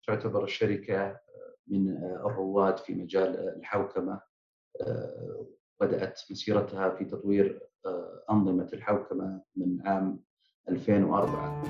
تعتبر الشركة من الرواد في مجال الحوكمة. آه، بدأت مسيرتها في تطوير أنظمة الحوكمة من عام 2004.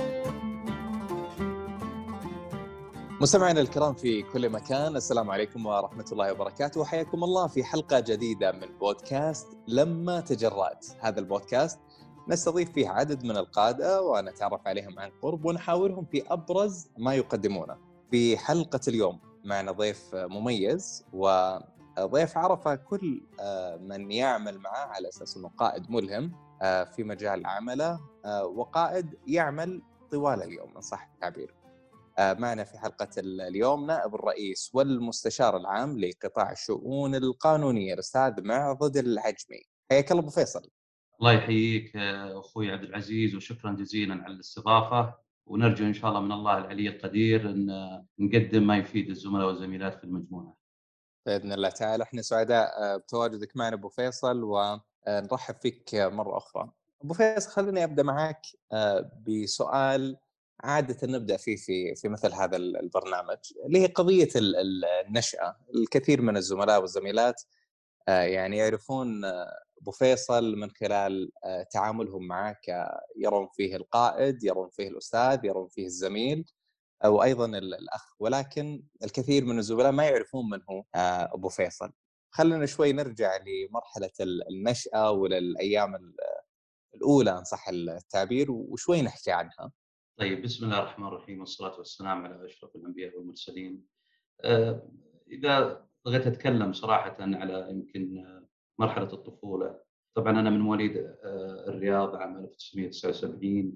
مستمعينا الكرام في كل مكان، السلام عليكم ورحمة الله وبركاته، وحياكم الله في حلقة جديدة من بودكاست لما تجرأت. هذا البودكاست نستضيف فيه عدد من القادة ونتعرف عليهم عن قرب ونحاورهم في أبرز ما يقدمونه. في حلقة اليوم معنا ضيف مميز، وضيف عرف كل من يعمل معه على أساس أنه قائد ملهم في مجال عمله، وقائد يعمل طوال اليوم إن صح التعبير. معنا في حلقة اليوم نائب الرئيس والمستشار العام لقطاع الشؤون القانونية الأستاذ معضد العجمي. حياك الله أبو فيصل. الله يحييك أخوي عبد العزيز، وشكرا جزيلا على الاستضافة، ونرجو إن شاء الله من الله العلي القدير أن نقدم ما يفيد الزملاء والزميلات في المجموعة بإذن الله تعالى. احنا سعداء بتواجدك معنا أبو فيصل، ونرحب فيك مرة أخرى. أبو فيصل، خليني أبدأ معك بسؤال عادة نبدأ فيه في مثل هذا البرنامج، اللي هي قضية النشأة. الكثير من الزملاء والزميلات يعني يعرفون أبو فيصل من خلال تعاملهم معك، يرون فيه القائد، يرون فيه الأستاذ، يرون فيه الزميل، أو أيضا الأخ، ولكن الكثير من الزملاء ما يعرفون من هو أبو فيصل. خلنا شوي نرجع لمرحلة النشأة وللأيام الأولى إن صح التعبير، وشوي نحكي عنها. طيب، بسم الله الرحمن الرحيم، والصلاة والسلام على أشرف الأنبياء والمرسلين. إذا بغيت أتكلم صراحة على يمكن مرحلة الطفولة، طبعا أنا من مواليد الرياض عام 1979.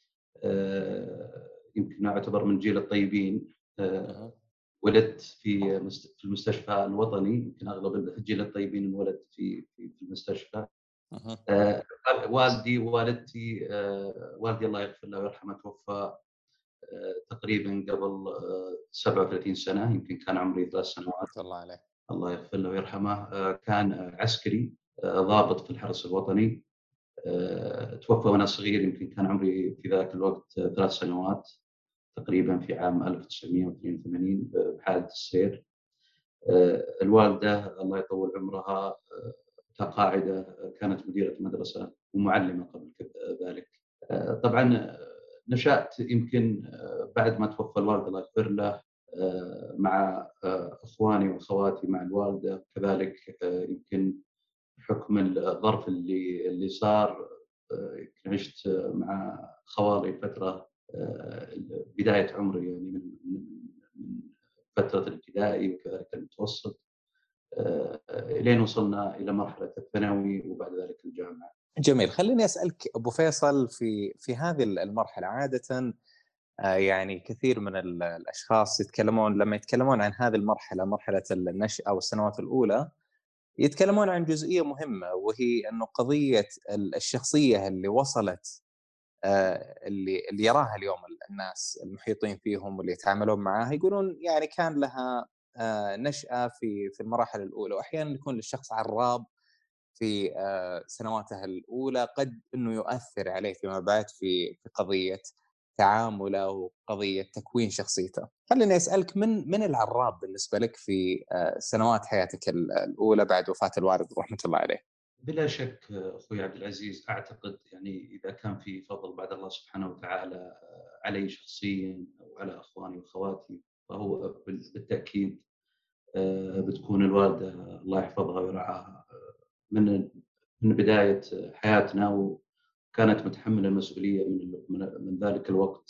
يمكن أعتبر من جيل الطيبين. ولدت في المستشفى الوطني، يمكن أغلب الجيل الطيبين انولد في المستشفى. والدي ووالدتي، والدي الله يغفر له ويرحمه توفى تقريبا قبل 37 سنة، يمكن كان عمري 3 سنوات. الله عليه. الله يغفر له ويرحمه. كان عسكري، ضابط في الحرس الوطني. توفى وأنا صغير، يمكن كان عمري في ذاك الوقت 3 سنوات تقريبا، في عام 1982 بحادث السير. الوالدة الله يطول عمرها كقاعدة كانت مديرة مدرسة ومعلمة قبل ذلك. طبعا نشأت يمكن بعد ما توفى الوالد الله يغفر له مع أخواني وأخواتي مع الوالدة كذلك. يمكن بحكم الظرف اللي صار، يمكن عشت مع خوالي فترة بداية عمري، يعني من فترة الابتدائي وكذلك المتوسط، لين وصلنا إلى مرحلة الثانوي وبعد ذلك الجامعة. جميل. خليني أسألك أبو فيصل، في هذه المرحلة عادة يعني كثير من الأشخاص لما يتكلمون عن هذه المرحلة، مرحلة النشأة والسنوات الأولى، يتكلمون عن جزئية مهمة، وهي أنه قضية الشخصية اللي وصلت، اللي يراها اليوم الناس المحيطين فيهم واللي يتعاملون معها، يقولون يعني كان لها نشأة في المراحل الأولى، وأحيانا يكون للشخص عراب في سنواته الأولى، قد أنه يؤثر عليه فيما بعد في قضية تعامله وقضية تكوين شخصيته. خليني أسألك، من العراب بالنسبة لك في سنوات حياتك الأولى بعد وفاة الوالد رحمة الله عليه؟ بلا شك أخوي عبد العزيز، أعتقد يعني إذا كان في فضل بعد الله سبحانه وتعالى علي شخصيا وعلى أخواني وأخواتي، فهو بالتأكيد بتكون الوالدة الله يحفظها ويرعاها. من بداية حياتنا، وكانت متحملة المسؤولية من ذلك الوقت،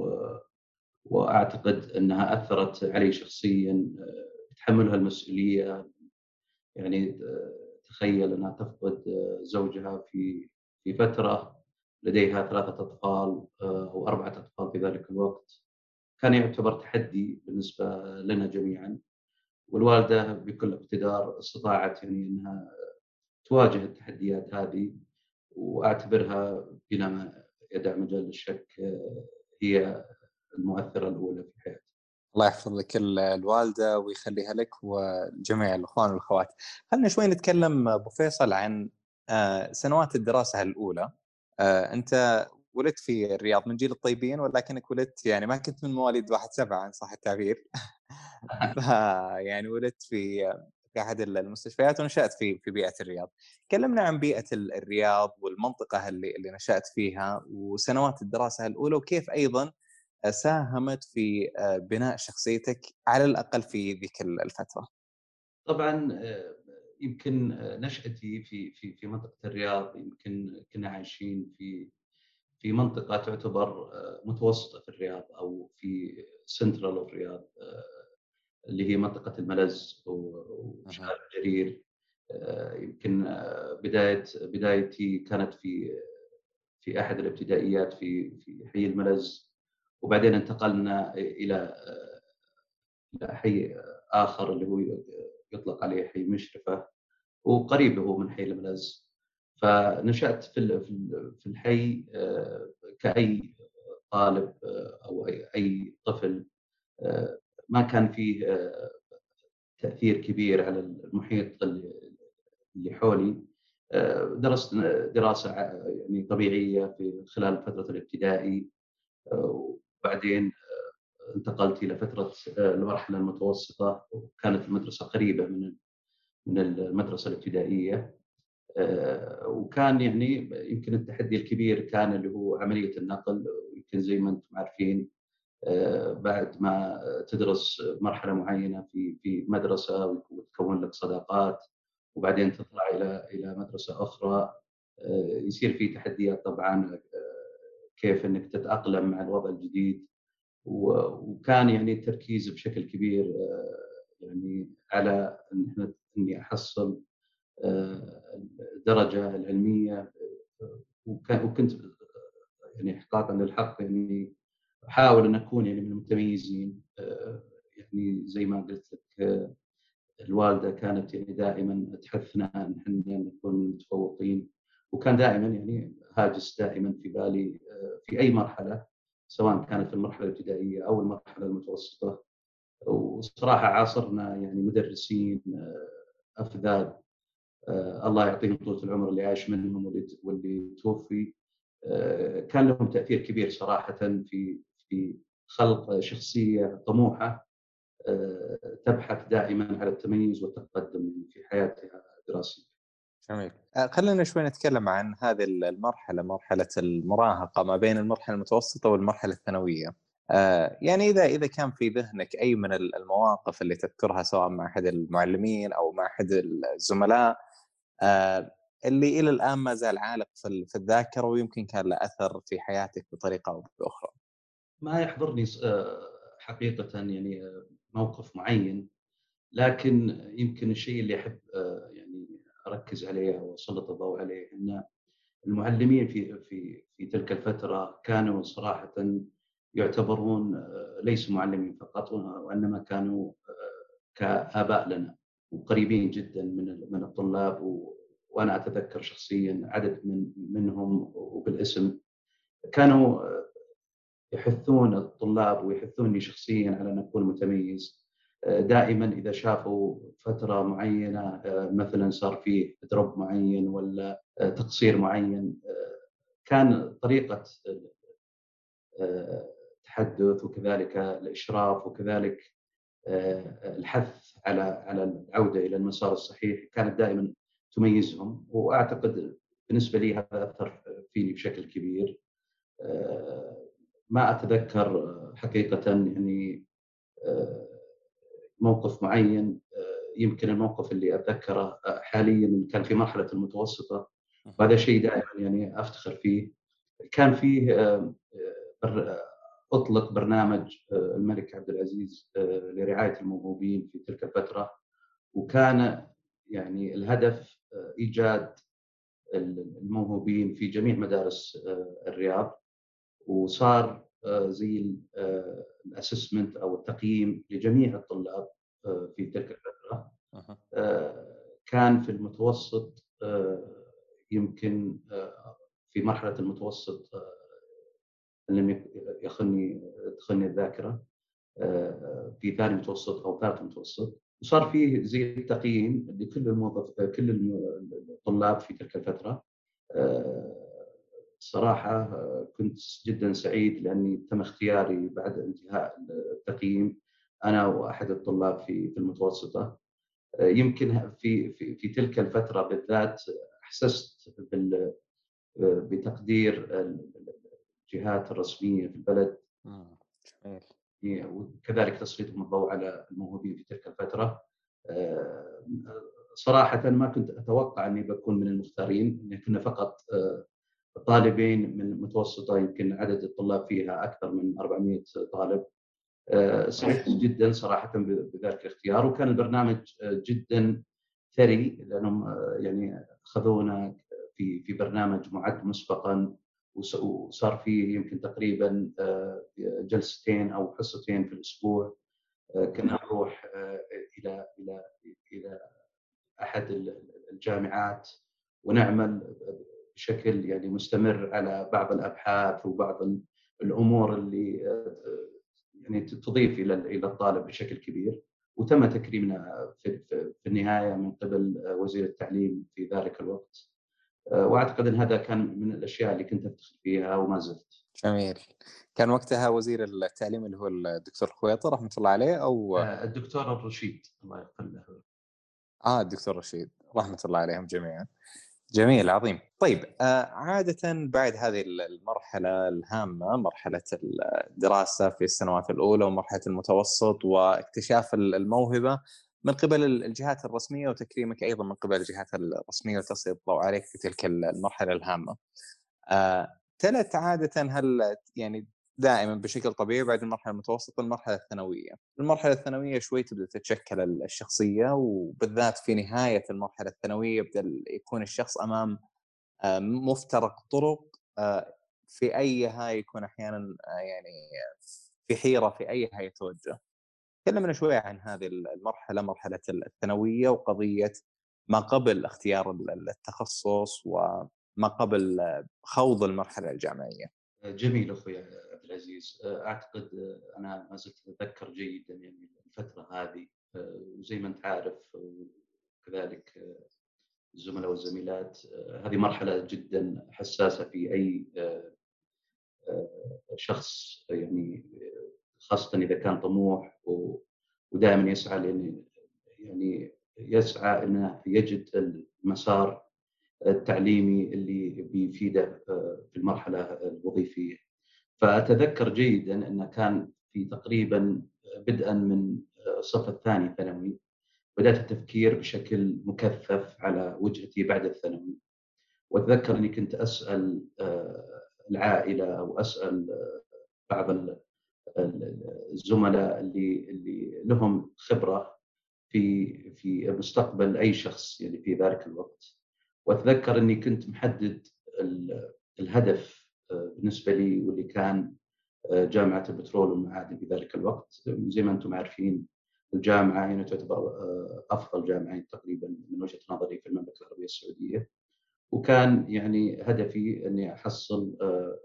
وأعتقد أنها أثرت علي شخصيا. تحملها المسؤولية، يعني تخيل أنها تفقد زوجها في فترة لديها 3 أطفال أو 4 أطفال في ذلك الوقت. كان يعتبر تحدي بالنسبة لنا جميعا، والوالدة بكل اقتدار استطاعت يعني أنها تواجه التحديات هذه، وأعتبرها بلا ما يدع مجال للشك هي المؤثرة الأولى في حياتي. الله يحفظ لك الوالدة ويخليها لك وجميع الأخوان والأخوات. خلنا شوي نتكلم أبو فيصل عن سنوات الدراسة الأولى. أنت ولدت في الرياض من جيل الطيبين، ولكنك ولدت يعني ما كنت من مواليد 1/7 إن صح التعبير. فيعني ولدت في أحد المستشفيات ونشأت في بيئة الرياض. كلمنا عن بيئة الرياض والمنطقة اللي نشأت فيها وسنوات الدراسة الأولى، وكيف أيضًا ساهمت في بناء شخصيتك على الأقل في ذيك الفترة. طبعًا يمكن نشأتي في منطقة الرياض، يمكن كنا عايشين في منطقة تعتبر متوسطة في الرياض، أو في central الرياض، اللي هي منطقة الملز اهم، وشارع جرير. يمكن بدايتي كانت في أحد الابتدائيات في حي الملز، وبعدين انتقلنا إلى حي آخر اللي هو يطلق عليه حي مشرفة، وقريب هو من حي الملز. فنشأت في الحي كأي طالب أو أي طفل. ما كان فيه تأثير كبير على المحيط اللي حولي. درست دراسة يعني طبيعية في خلال فترة الابتدائي، وبعدين انتقلت إلى فترة المرحلة المتوسطة، وكانت المدرسة قريبة من المدرسة الابتدائية. وكان يعني يمكن التحدي الكبير كان اللي هو عملية النقل. ويمكن زي ما أنتم عارفين، بعد ما تدرس مرحلة معينة في مدرسة وتكون لك صداقات، وبعدين تطلع إلى مدرسة أخرى، يصير في تحديات طبعًا، كيف إنك تتأقلم مع الوضع الجديد. وكان يعني التركيز بشكل كبير يعني على إني أحصل الدرجة العلمية. وكنت يعني إحقاقًا للحق يعني أحاول أن أكون يعني من المتميزين. يعني زي ما قلت لك، الوالدة كانت يعني دائمًا تحثنا إن إحنا نكون من المتفوقين، وكان دائمًا يعني هاجس دائمًا في بالي في أي مرحلة، سواء كانت في المرحلة الابتدائية أو المرحلة المتوسطة. وصراحة عاصرنا يعني مدرسين أفذاذ، الله يعطيهم طولة العمر اللي عاش منهم واللي توفي. كان لهم تأثير كبير صراحةً في خلق شخصية طموحة تبحث دائمًا على التميز والتقدم في حياتها الدراسية. جميل. خلّينا شوي نتكلم عن هذه المرحلة، مرحلة المراهقة ما بين المرحلة المتوسطة والمرحلة الثانوية. يعني إذا كان في ذهنك أي من المواقف اللي تذكرها سواء مع أحد المعلمين أو مع أحد الزملاء، آآ اللي إلى الآن ما زال عالق في الذاكرة ويمكن كان له أثر في حياتك بطريقة أو بأخرى. ما يحضرني حقيقةً يعني موقف معين، لكن يمكن الشيء اللي أحب يعني أركز عليه أو أسلط الضوء عليه، إن المعلمين في تلك الفترة كانوا صراحةً يعتبرون ليسوا معلمين فقط، وإنما كانوا كآباء لنا، وقريبين جدًا من الطلاب. وأنا أتذكر شخصيًا عدد منهم وبالاسم. كانوا يحثون الطلاب ويحثوني شخصيًا على أن أكون متميز. دائمًا إذا شافوا فترة معينة مثلًا صار فيه drop معين والّا تقصير معين، كان طريقة التحدث وكذلك الإشراف وكذلك الحث على العودة إلى المسار الصحيح كانت دائمًا تميزهم. وأعتقد بالنسبة لي هذا أثّر فيني بشكل كبير. آآ ما أتذكر حقيقةً يعني آآ موقف معيّن. يمكن الموقف اللي أتذكره حاليًا كان في مرحلة المتوسطة، اهم، وهذا شيء دائمًا يعني أفتخر فيه. كان فيه بر أُطلق برنامج الملك عبد العزيز لرعاية الموهوبين في تلك الفترة، وكان يعني الهدف إيجاد الموهوبين في جميع مدارس الرياض. وصار زي الassessment أو التقييم لجميع الطلاب في تلك الفترة. اهم، كان في المتوسط يمكن في مرحلة المتوسط، إن لم تخنّي الذاكرة، في ثاني متوسط أو ثالث متوسط، وصار فيه زي التقييم لكل كل الطلاب في تلك الفترة. آآ صراحة كنت جدا سعيد لأني تم اختياري بعد انتهاء التقييم، أنا وأحد الطلاب في المتوسطة. يمكن في تلك الفترة بالذات أحسست بتقدير الجهات الرسمية في البلد، جميل. وكذلك تسليطهم الضوء على الموهوبين في تلك الفترة. آه، صراحة ما كنت أتوقع أني بكون من المختارين، إن كنا فقط طالبين من متوسطة، يمكن عدد الطلاب فيها أكثر من 400 طالب. سعدت جدا صراحة بذلك الاختيار، وكان البرنامج جدا ثري، لأنهم يعني أخذونا في برنامج معد مسبقا، وصار فيه يمكن تقريبا جلستين أو حصتين في الأسبوع. كنا نروح إلى أحد الجامعات ونعمل بشكل يعني مستمر على بعض الأبحاث وبعض الأمور اللي يعني تضيف إلى الطالب بشكل كبير. وتم تكريمنا في النهاية من قبل وزير التعليم في ذلك الوقت. وأعتقد أن هذا كان من الأشياء اللي كنت أفتخر فيها وما زلت. جميل. كان وقتها وزير التعليم اللي هو الدكتور خويطة رحمة الله عليه، أو الدكتور الرشيد الله يغفر له. الدكتور رشيد رحمة الله عليهم جميعا. جميل، عظيم. طيب، عادة بعد هذه المرحلة الهامة، مرحلة الدراسة في السنوات الأولى ومرحلة المتوسط واكتشاف الموهبة من قبل الجهات الرسمية وتكريمك أيضا من قبل الجهات الرسمية وتسليط الضوء عليك في تلك المرحلة الهامة، تلت عادة هل يعني دائما بشكل طبيعي بعد المرحلة المتوسطة المرحلة الثانوية. المرحلة الثانوية شوي تبدأ تتشكل الشخصية، وبالذات في نهاية المرحلة الثانوية يبدأ يكون الشخص أمام مفترق طرق، في أيها يكون أحيانا يعني في حيرة في أيها يتوجه. تكلمنا شوية عن هذه المرحلة، مرحلة الثانوية، وقضية ما قبل اختيار التخصص وما قبل خوض المرحلة الجامعية. جميل أخوي عبد العزيز. أعتقد أنا ما زلت أتذكر جيدا يعني الفترة هذه، وزي ما أنت عارف وكذلك الزملاء والزميلات، هذه مرحلة جدا حساسة في أي شخص، يعني خاصة إذا كان طموح ودائما يسعى يعني يسعى أنه يجد المسار التعليمي اللي بيفيده في المرحلة الوظيفية. فأتذكر جيدا أنه كان في تقريبا بدءا من الصف الثاني ثانوي بدأت التفكير بشكل مكثف على وجهتي بعد الثانوي. وأتذكر أني كنت أسأل العائلة أو أسأل بعض الزملاء اللي لهم خبرة في مستقبل أي شخص يعني في ذلك الوقت. وأتذكر أني كنت محدد الهدف بالنسبة لي، واللي كان جامعة البترول والمعادن في ذلك الوقت. زي ما أنتم عارفين الجامعة هنا تعتبر أفضل جامعة تقريبا من وجهة نظري في المملكة العربية السعودية. وكان يعني هدفي أني أحصل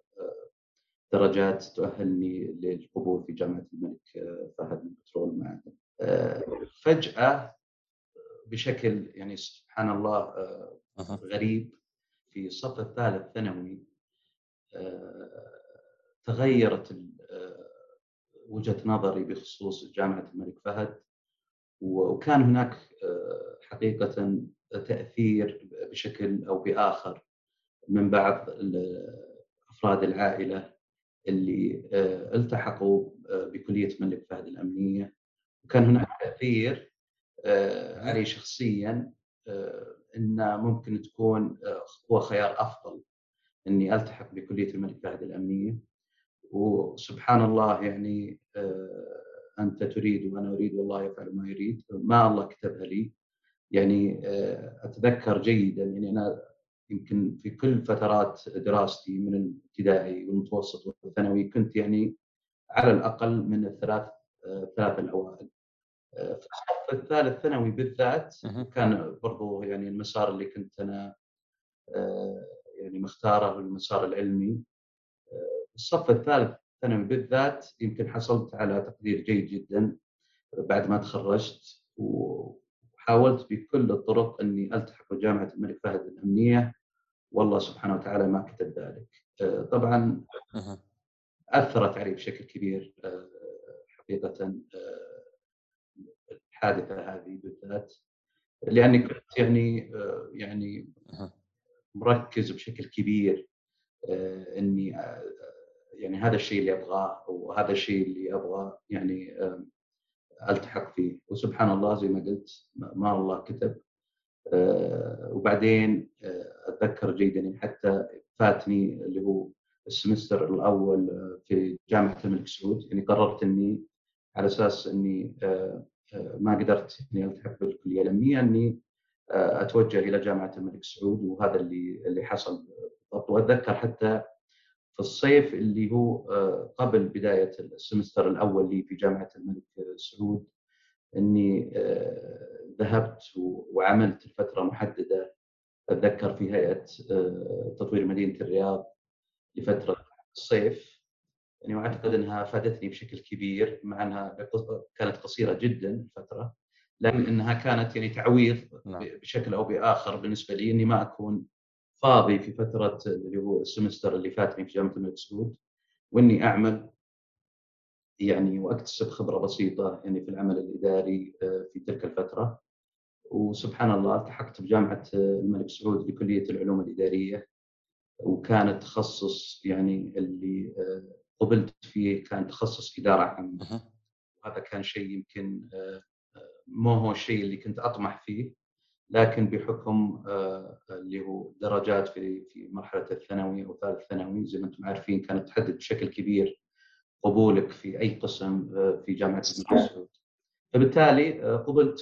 درجات تؤهلني للقبول في جامعة الملك فهد للبترول والمعادن. فجأة بشكل يعني سبحان الله غريب، في الصف الثالث ثانوي تغيرت وجهة نظري بخصوص جامعة الملك فهد. وكان هناك حقيقة تأثير بشكل أو بآخر من بعض أفراد العائلة اللي التحقوا بكلية الملك فهد الأمنية. وكان هناك تأثير علي شخصيا، أنه ممكن تكون هو خيار أفضل أني ألتحق بكلية الملك فهد الأمنية. وسبحان الله يعني أنت تريد وأنا أريد والله يفعل ما يريد، ما الله كتبها لي. يعني أتذكر جيدا، يعني أنا يمكن في كل فترات دراستي من الابتدائي والمتوسط والثانوي كنت يعني على الأقل من الثلاث الأوائل. في الصف الثالث ثانوي بالذات كان برضو يعني المسار اللي كنت أنا يعني مختاره المسار العلمي. الصف الثالث ثانوي بالذات يمكن حصلت على تقدير جيد جدا بعد ما تخرجت، وحاولت بكل الطرق أني ألتحق بجامعة الملك فهد الأمنية. والله سبحانه وتعالى ما كتب ذلك. طبعا اهم. اثرت علي بشكل كبير حقيقه الحادثه هذه بالذات، لاني كنت يعني اهم. مركز بشكل كبير اني يعني هذا الشيء اللي ابغاه، وهذا الشيء اللي ابغى يعني التحق فيه. وسبحان الله زي ما قلت، ما الله كتب. وبعدين اتذكر جيدا يعني حتى فاتني اللي هو السمستر الاول في جامعه الملك سعود. يعني قررت اني على اساس اني ما قدرت اني التحق بالكليه الامنيه، اني اتوجه الى جامعه الملك سعود، وهذا اللي حصل بالضبط. واتذكر حتى في الصيف اللي هو قبل بدايه السمستر الاول لي في جامعه الملك سعود، اني ذهبت وعملت لفتره محدده، اتذكر في هيئه تطوير مدينه الرياض لفتره الصيف. يعني واعتقد انها فادتني بشكل كبير، مع انها كانت قصيره جدا الفتره، لكن انها كانت يعني تعويض نعم. بشكل او باخر بالنسبه لي اني ما اكون فاضي في فتره اللي هو السمستر اللي فاتني في جامعه الملك سعود، واني اعمل يعني واكتسب خبره بسيطه يعني في العمل الاداري في تلك الفتره. وسبحان الله التحقت بجامعه الملك سعود بكليه العلوم الاداريه، وكان التخصص يعني اللي قبلت فيه كان تخصص اداره عامه. اهم. وهذا كان شيء يمكن مو هو الشيء اللي كنت اطمح فيه، لكن بحكم اللي هو درجات في مرحله الثانوي او ثالث ثانوي زي ما انتم عارفين كانت تحدد بشكل كبير قبولك في اي قسم في جامعه الملك سعود. فبالتالي قبلت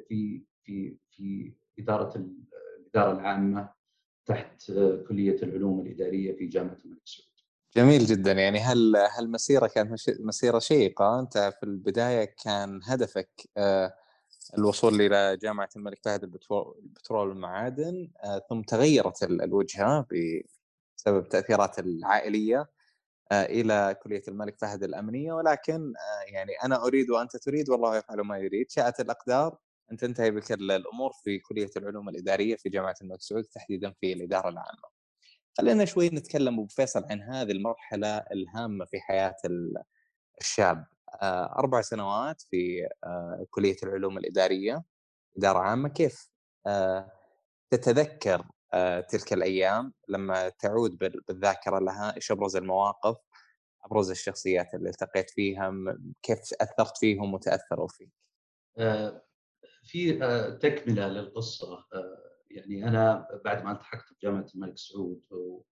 في الاداره العامه تحت كليه العلوم الاداريه في جامعه الملك سعود. جميل جدًا، يعني هالمسيرة كانت مسيرة شيقة. أنت في البداية كان هدفك الوصول إلى جامعة الملك فهد البترول والمعادن، ثم تغيّرت الوجهة بسبب التأثيرات العائلية إلى كلية الملك فهد الأمنية، ولكن يعني أنا أريد وأنت تريد والله يفعل ما يريد. شاءت الأقدار أن تنتهي بك الأمور في كلية العلوم الإدارية في جامعة الملك سعود، تحديدًا في الإدارة العامة. خلينا شوي نتكلم أبو فيصل عن هذه المرحلة الهامة في حياة الشاب. 4 سنوات في كلية العلوم الإدارية، إدارة عامة. كيف آآ تتذكر تلك الأيام لما تعود بالذاكرة لها؟ إيش أبرز المواقف، أبرز الشخصيات اللي التقيت فيها، كيف أثّرت فيهم وتأثّروا فيك؟ آه، في تكمله للقصه. يعني انا بعد ما التحقت بجامعه الملك سعود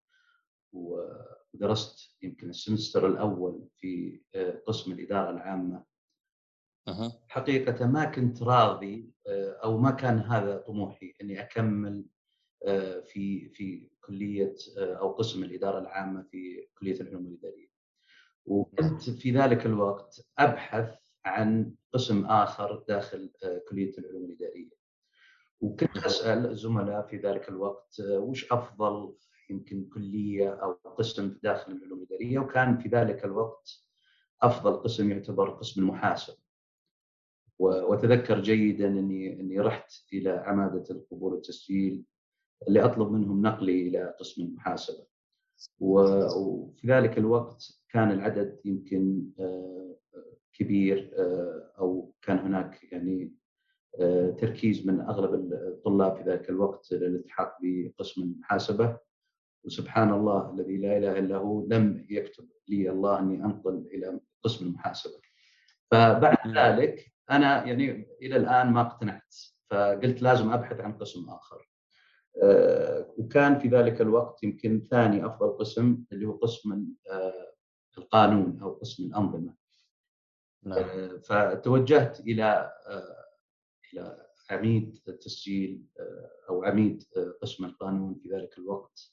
ودرست يمكن السمستر الاول في قسم الاداره العامه، اهم. حقيقه ما كنت راضي او ما كان هذا طموحي اني اكمل في كليه او قسم الاداره العامه في كليه العلوم الاداريه. نعم. وكنت في ذلك الوقت ابحث عن قسم اخر داخل كليه العلوم الاداريه، وكنت اهم. اسال الزملاء في ذلك الوقت وش افضل يمكن كليه او قسم داخل العلوم الاداريه. وكان في ذلك الوقت افضل قسم يعتبر قسم المحاسبه. واتذكر جيدا اني رحت الى عماده القبول والتسجيل اللي اطلب منهم نقلي الى قسم المحاسبه. وفي ذلك الوقت كان العدد يمكن كبير، او كان هناك يعني تركيز من اغلب الطلاب في ذلك الوقت للالتحاق بقسم المحاسبه. وسبحان الله الذي لا اله الا هو لم يكتب لي الله اني انقل الى قسم المحاسبه. فبعد إمم. ذلك انا يعني الى الان ما اقتنعت، فقلت لازم ابحث عن قسم اخر. وكان في ذلك الوقت يمكن ثاني افضل قسم اللي هو قسم القانون او قسم الانظمه. نعم. فتوجهت الى عميد التسجيل او عميد قسم القانون في ذلك الوقت،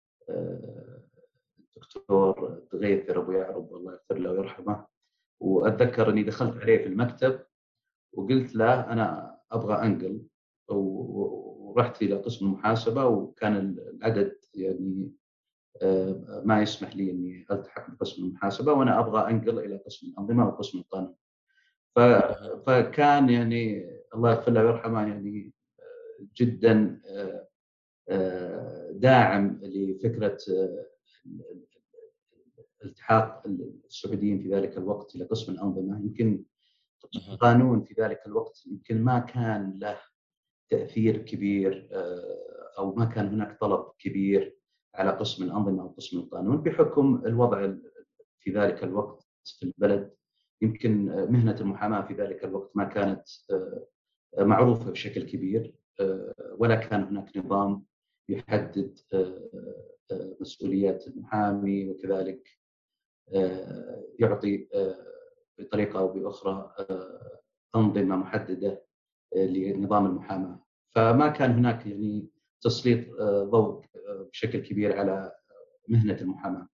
الدكتور دغيثر ابو يعرب الله يغفر له ويرحمه. واتذكر اني دخلت عليه في المكتب وقلت له انا ابغى انقل، ورحت الى قسم المحاسبه، وكان العدد يعني ما يسمح لي اني التحق بقسم المحاسبه، وانا ابغى انقل الى قسم الانظمه وقسم القانون. اهم. فكان يعني الله يغفر له ويرحمه يعني جدا داعم لفكره التحاق السعوديين في ذلك الوقت إلى قسم الأنظمة، يمكن اهم. القانون في ذلك الوقت يمكن ما كان له تأثير كبير، أو ما كان هناك طلب كبير على قسم الأنظمة أو قسم القانون بحكم الوضع في ذلك الوقت في البلد. يمكن مهنة المحاماة في ذلك الوقت ما كانت معروفة بشكل كبير، ولا كان هناك نظام يحدد مسؤوليات المحامي، وكذلك يعطي بطريقة أو بأخرى أنظمة محددة لنظام المحاماة. فما كان هناك يعني تسليط ضوء بشكل كبير على مهنة المحاماة.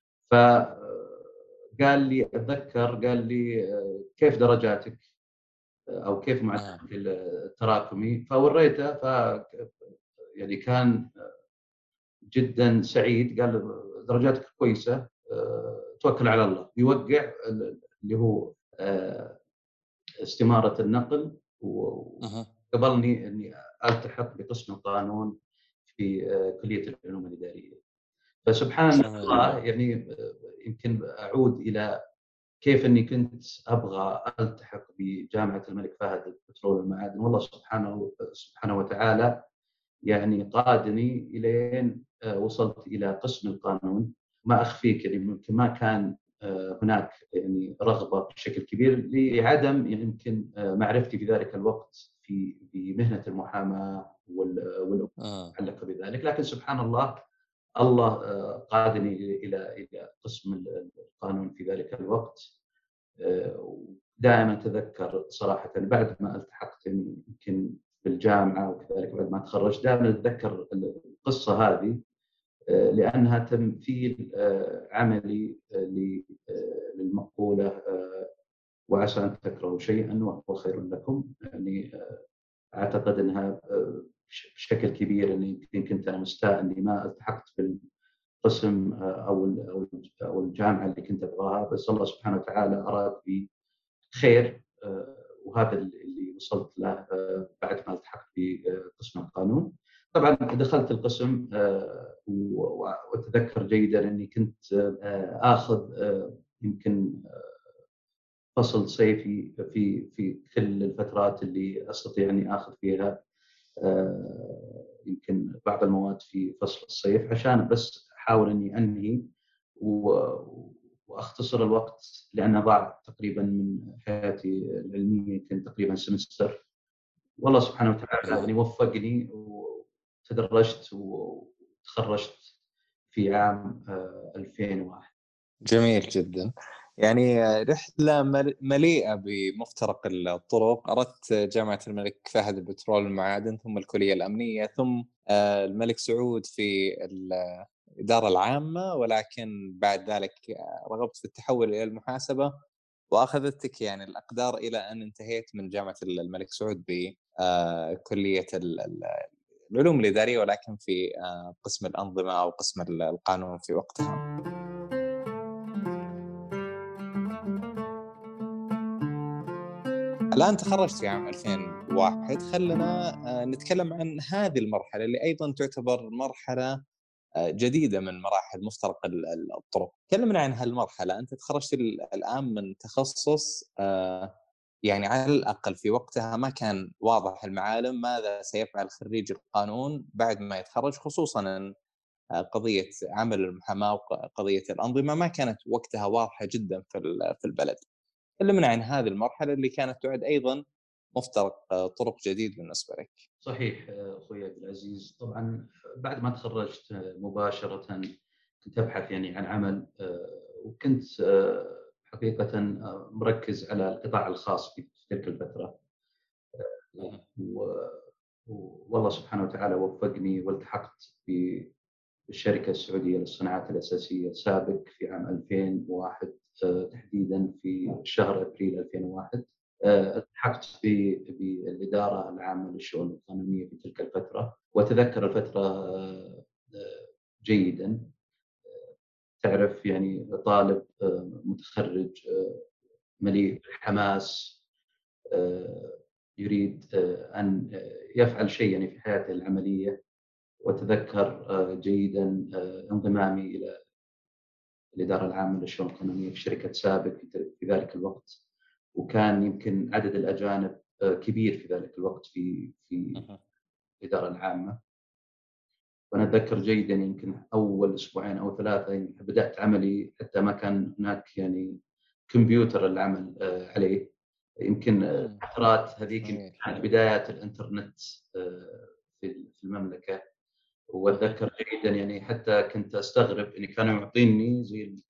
فقال لي أتذكر، قال لي كيف درجاتك أو كيف معدلك التراكمي، فوريته. يعني كان جدا سعيد، قال درجاتك كويسة، توكل على الله. يوقع اللي هو استمارة النقل، وقبلني اني التحق بقسم القانون في كلية العلوم الإدارية. فسبحان الله يعني يمكن اعود الى كيف اني كنت ابغى التحق بجامعة الملك فهد للبترول والمعادن، والله سبحانه وتعالى يعني قادني الين وصلت الى قسم القانون. ما اخفيك يعني يمكن ما كان هناك يعني رغبه بشكل كبير لعدم يمكن معرفتي في ذلك الوقت في مهنه المحاماه والامور المتعلقه بذلك. لكن سبحان الله، الله قادني الى قسم القانون في ذلك الوقت. دائما اتذكر صراحه بعد ما التحقت يمكن بالجامعه، وكذلك بعد ما تخرجت دائما اتذكر القصه هذه، لانها تمثيل عملي للمقوله وعسى ان تكرهوا شيئا وهو خير لكم. يعني اعتقد انها بشكل كبير اني يمكن كنت انا مستاء اني ما التحقت بالقسم او الجامعه اللي كنت ابغاها، بس الله سبحانه وتعالى اراد بي خير. وهذا اللي وصلت له بعد ما التحقت بقسم القانون. طبعا دخلت القسم، واتذكر جيدا اني كنت اخذ يمكن فصل صيفي في كل الفترات اللي استطيع اني اخذ فيها يمكن بعض المواد في فصل الصيف، عشان بس احاول اني انهي واختصر الوقت، لان ضاع تقريبا من حياتي العلميه يمكن تقريبا سمستر. والله سبحانه وتعالى يعني وفقني وتدرجت وتخرجت في عام 2001. جميل جدا. يعني رحلة مليئة بمفترق الطرق. أردت جامعة الملك فهد البترول والمعادن، ثم الكلية الأمنية، ثم الملك سعود في الإدارة العامة، ولكن بعد ذلك رغبت في التحول إلى المحاسبة، وأخذتك يعني الأقدار إلى أن انتهيت من جامعة الملك سعود بكلية العلوم الإدارية، ولكن في قسم الأنظمة أو قسم القانون في وقتها. الآن تخرجت في عام 2001. خلنا نتكلم عن هذه المرحلة اللي أيضا تعتبر مرحلة جديدة من مراحل مفترق الطرق. كلمنا عن هالمرحلة. أنت تخرجت الآن من تخصص يعني على الأقل في وقتها ما كان واضح المعالم ماذا سيفعل خريج القانون بعد ما يتخرج، خصوصا أن قضية عمل المحاماة وقضية الأنظمة ما كانت وقتها واضحة جدا في البلد. كلمنا عن هذه المرحلة اللي كانت تعد أيضا مفترق طرق جديد بالنسبة لك. صحيح اخوي عبد العزيز. طبعا بعد ما تخرجت مباشره كنت ابحث يعني عن عمل، وكنت حقيقه مركز على القطاع الخاص في تلك الفتره. والله سبحانه وتعالى وفقني والتحقت بالشركه السعوديه للصناعات الاساسيه سابق في عام 2001، تحديدا في شهر ابريل 2001. التحقت بالإدارة العامة للشؤون القانونية في تلك الفترة، وأتذكر الفترة جيدا. تعرف يعني طالب متخرج مليء بالحماس، يريد أن يفعل شيء يعني في حياته العملية. وأتذكر جيدا انضمامي إلى الإدارة العامة للشؤون القانونية في شركة سابق في ذلك الوقت، وكان يمكن عدد الأجانب كبير في ذلك الوقت في اهم. الإدارة العامة. وأنا أتذكر جيدًا يمكن أول أسبوعين أو 3 بدأت عملي حتى ما كان هناك يعني كمبيوتر العمل عليه. يمكن إمم. الفترات هذيك يمكن جميل. كانت بداية الإنترنت في المملكة. اهم. وأتذكر جيدًا يعني حتى كنت أستغرب إن كانوا يعطيني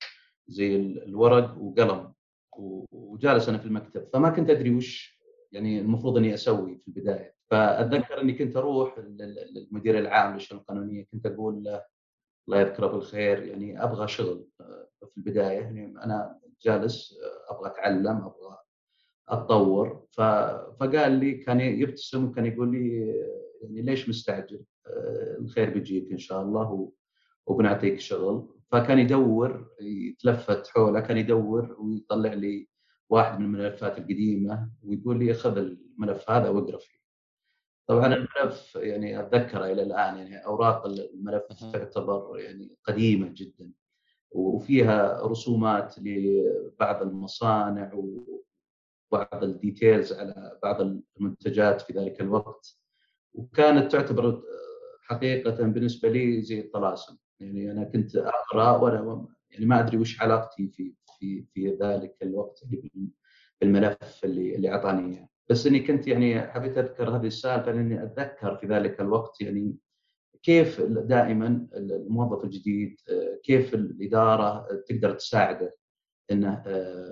زي الورق وقلم وجالس أنا في المكتب، فما كنت أدري وش يعني المفروض إني أسوي في البداية. فأتذكر إني كنت أروح للمدير العام للشؤون القانونية، كنت أقول له الله يذكره بالخير يعني أبغى شغل في البداية، يعني أنا جالس أبغى أتعلم، أبغى أتطور. فقال لي كان يبتسم وكان يقول لي يعني ليش مستعجل؟ الخير بيجيك إن شاء الله وبنعطيك شغل. فكان يدور يتلفت حوله، كان يدور ويطلع لي واحد من الملفات القديمة ويقول لي خذ الملف هذا واقرا فيه. طبعًا الملف يعني أتذكره إلى الآن، يعني أوراق الملف اهم. تعتبر يعني قديمة جدًا، وفيها رسومات لبعض المصانع وبعض الdetails على بعض المنتجات في ذلك الوقت. وكانت تعتبر حقيقةً بالنسبة لي زي الطلاسم. يعني أنا كنت أقرأ وأنا يعني ما أدري وش علاقتي في ذلك الوقت اللي بالملف اللي أعطاني إياه. بس إني كنت يعني حبيت أذكر هذه السالفة لأني أتذكر في ذلك الوقت يعني كيف دائمًا الموظف الجديد كيف الإدارة تقدر تساعده إنه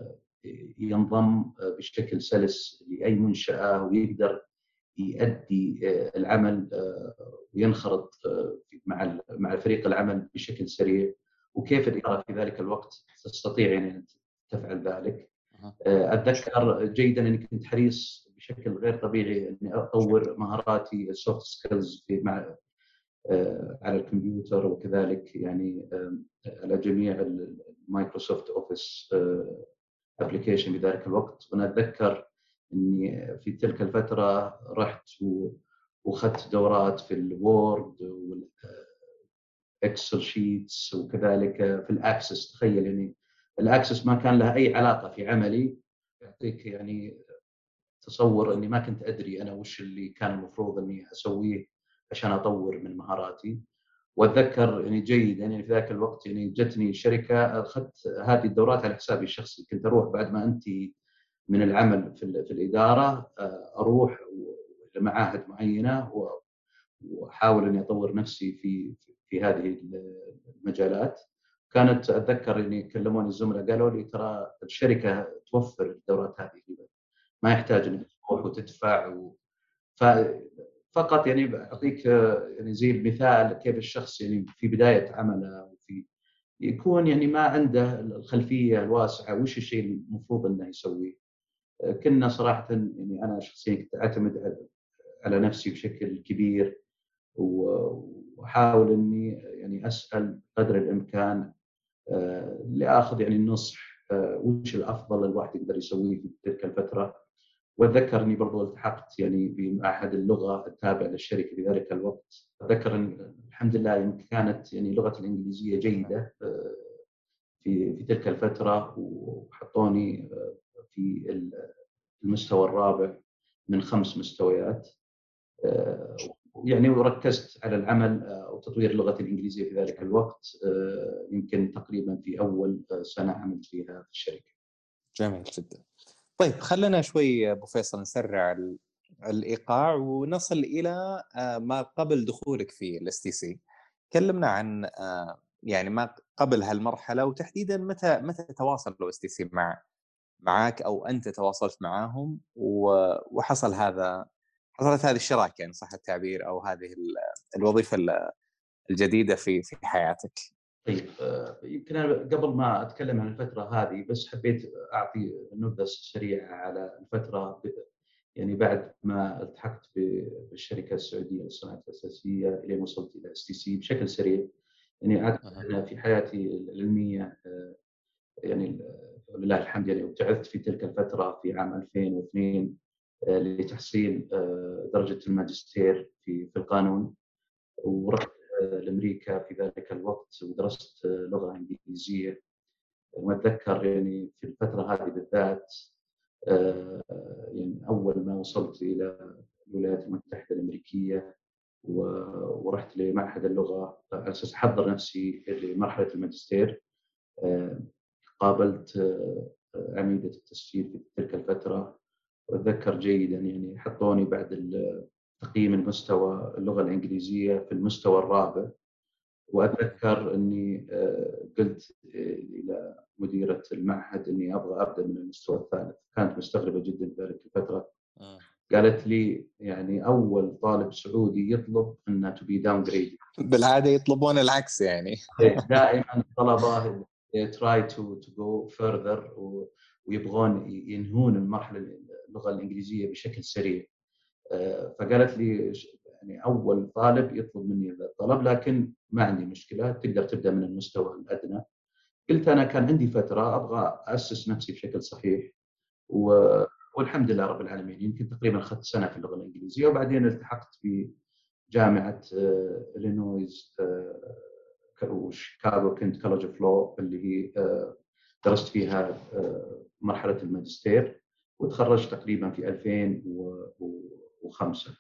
ينضم بشكل سلس لأي منشأة ويقدر يؤدي العمل وينخرط مع فريق العمل بشكل سريع، وكيف الإدارة في ذلك الوقت تستطيع يعني أن تفعل ذلك. اهم. أتذكر جيدًا أني كنت حريص بشكل غير طبيعي إني أطوّر مهاراتي الsoft skills في مع على الكمبيوتر، وكذلك يعني على جميع الMicrosoft Office application في ذلك الوقت. وأنا أتذكر إني في تلك الفترة رحت وأخذت دورات في الWord والExcel sheets وكذلك في الAccess. تخيل يعني الAccess ما كان لها أي علاقة في عملي. يعطيك يعني تصور إني ما كنت أدري أنا وش اللي كان المفروض إني أسويه عشان أطوّر من مهاراتي. وأتذكر يعني جيدًا يعني في ذاك الوقت يعني جتني شركة أخذت هذه الدورات على حسابي الشخصي. كنت أروح بعد ما أنتهي من العمل في الإدارة أروح لمعاهد معينة وأحاول إني أطوّر نفسي في هذه المجالات. كانت أتذكر إني كلموني الزملاء قالوا لي ترى الشركة توفر الدورات هذه، ما يحتاج إنك تروح وتدفع ف فقط يعني اهم. باعطيك يعني زي المثال كيف الشخص يعني في بداية عمله يكون يعني ما عنده الخلفية الواسعة وش الشيء المفروض إنه يسويه. كنا صراحةً يعني أنا شخصيًا كنت أعتمد على نفسي بشكل كبير وأحاول إني يعني أسأل قدر الإمكان لآخذ يعني النصح وش الأفضل الواحد يقدر يسويه في تلك الفترة. وأتذكر إني برضو التحقت يعني بمعهد اللغة التابع للشركة في ذلك الوقت. أتذكر إن الحمد لله يمكن كانت يعني لغتي الإنجليزية جميل. جيدة في تلك الفترة، وحطوني في المستوى الرابع من 5 مستويات. آه، يعني وركزت على العمل وتطوير لغتي الإنجليزية في ذلك جميل. الوقت يمكن تقريبا في أول سنة عملت فيها في الشركة. جميل جدًا. طيب خلّينا شوي أبو فيصل نسرّع الإيقاع ونصل إلى ما قبل دخولك في الSTC. كلّمنا عن يعني ما قبل هالمرحلة، وتحديدًا متى تواصلوا STC معاك، أو أنت تواصلت معاهم حصلت هذه الشراكة إن صح التعبير، أو هذه الوظيفة الجديدة في حياتك؟ طيب يمكن أنا قبل ما أتكلم عن الفترة هذه بس حبيت أعطي نبذة سريعة على الفترة يعني بعد ما التحقت بالشركة السعودية للصناعات الأساسية إلين وصلت إلى STC بشكل سريع. يعني أعتقد اهم. أن في حياتي العلمية يعني ولله الحمد يعني ابتعثت في تلك الفترة في عام 2002 لتحصيل درجة الماجستير في القانون. ورحت لأمريكا في ذلك الوقت ودرست لغة إنجليزية. وأتذكر يعني في الفترة هذه بالذات يعني أول ما وصلت إلى الولايات المتحدة الأمريكية ورحت لمعهد اللغة على أساس أحضر نفسي لمرحلة الماجستير. قابلت عميدة التسجيل في تلك الفترة، وأتذكر جيدا يعني حطوني بعد تقييم المستوى اللغة الإنجليزية في المستوى الرابع. وأتذكر أني قلت إلى مديرة المعهد أني أبغى أبدأ من المستوى الثالث. كانت مستغربة جدا في ذلك الفترة. قالت لي يعني أول طالب سعودي يطلب أنه to be downgraded. بالعادة يطلبون العكس يعني. دائما الطلبة try to go further ويبغون ينهون المرحلة اللغة الإنجليزية بشكل سريع. فقالت لي يعني أول طالب يطلب مني هذا الطلب، لكن ما عندي مشكلة، تقدر تبدأ من المستوى الأدنى. قلت أنا كان عندي فترة أبغى أسس نفسي بشكل صحيح، والحمد لله رب العالمين. يمكن تقريبا أخذت سنة في اللغة الإنجليزية، وبعدين التحقت في جامعة إلينويز وشيكاغو كنت كولج اوف لو، اللي هي درست فيها مرحلة الماجستير، وتخرجت تقريبا في 2005.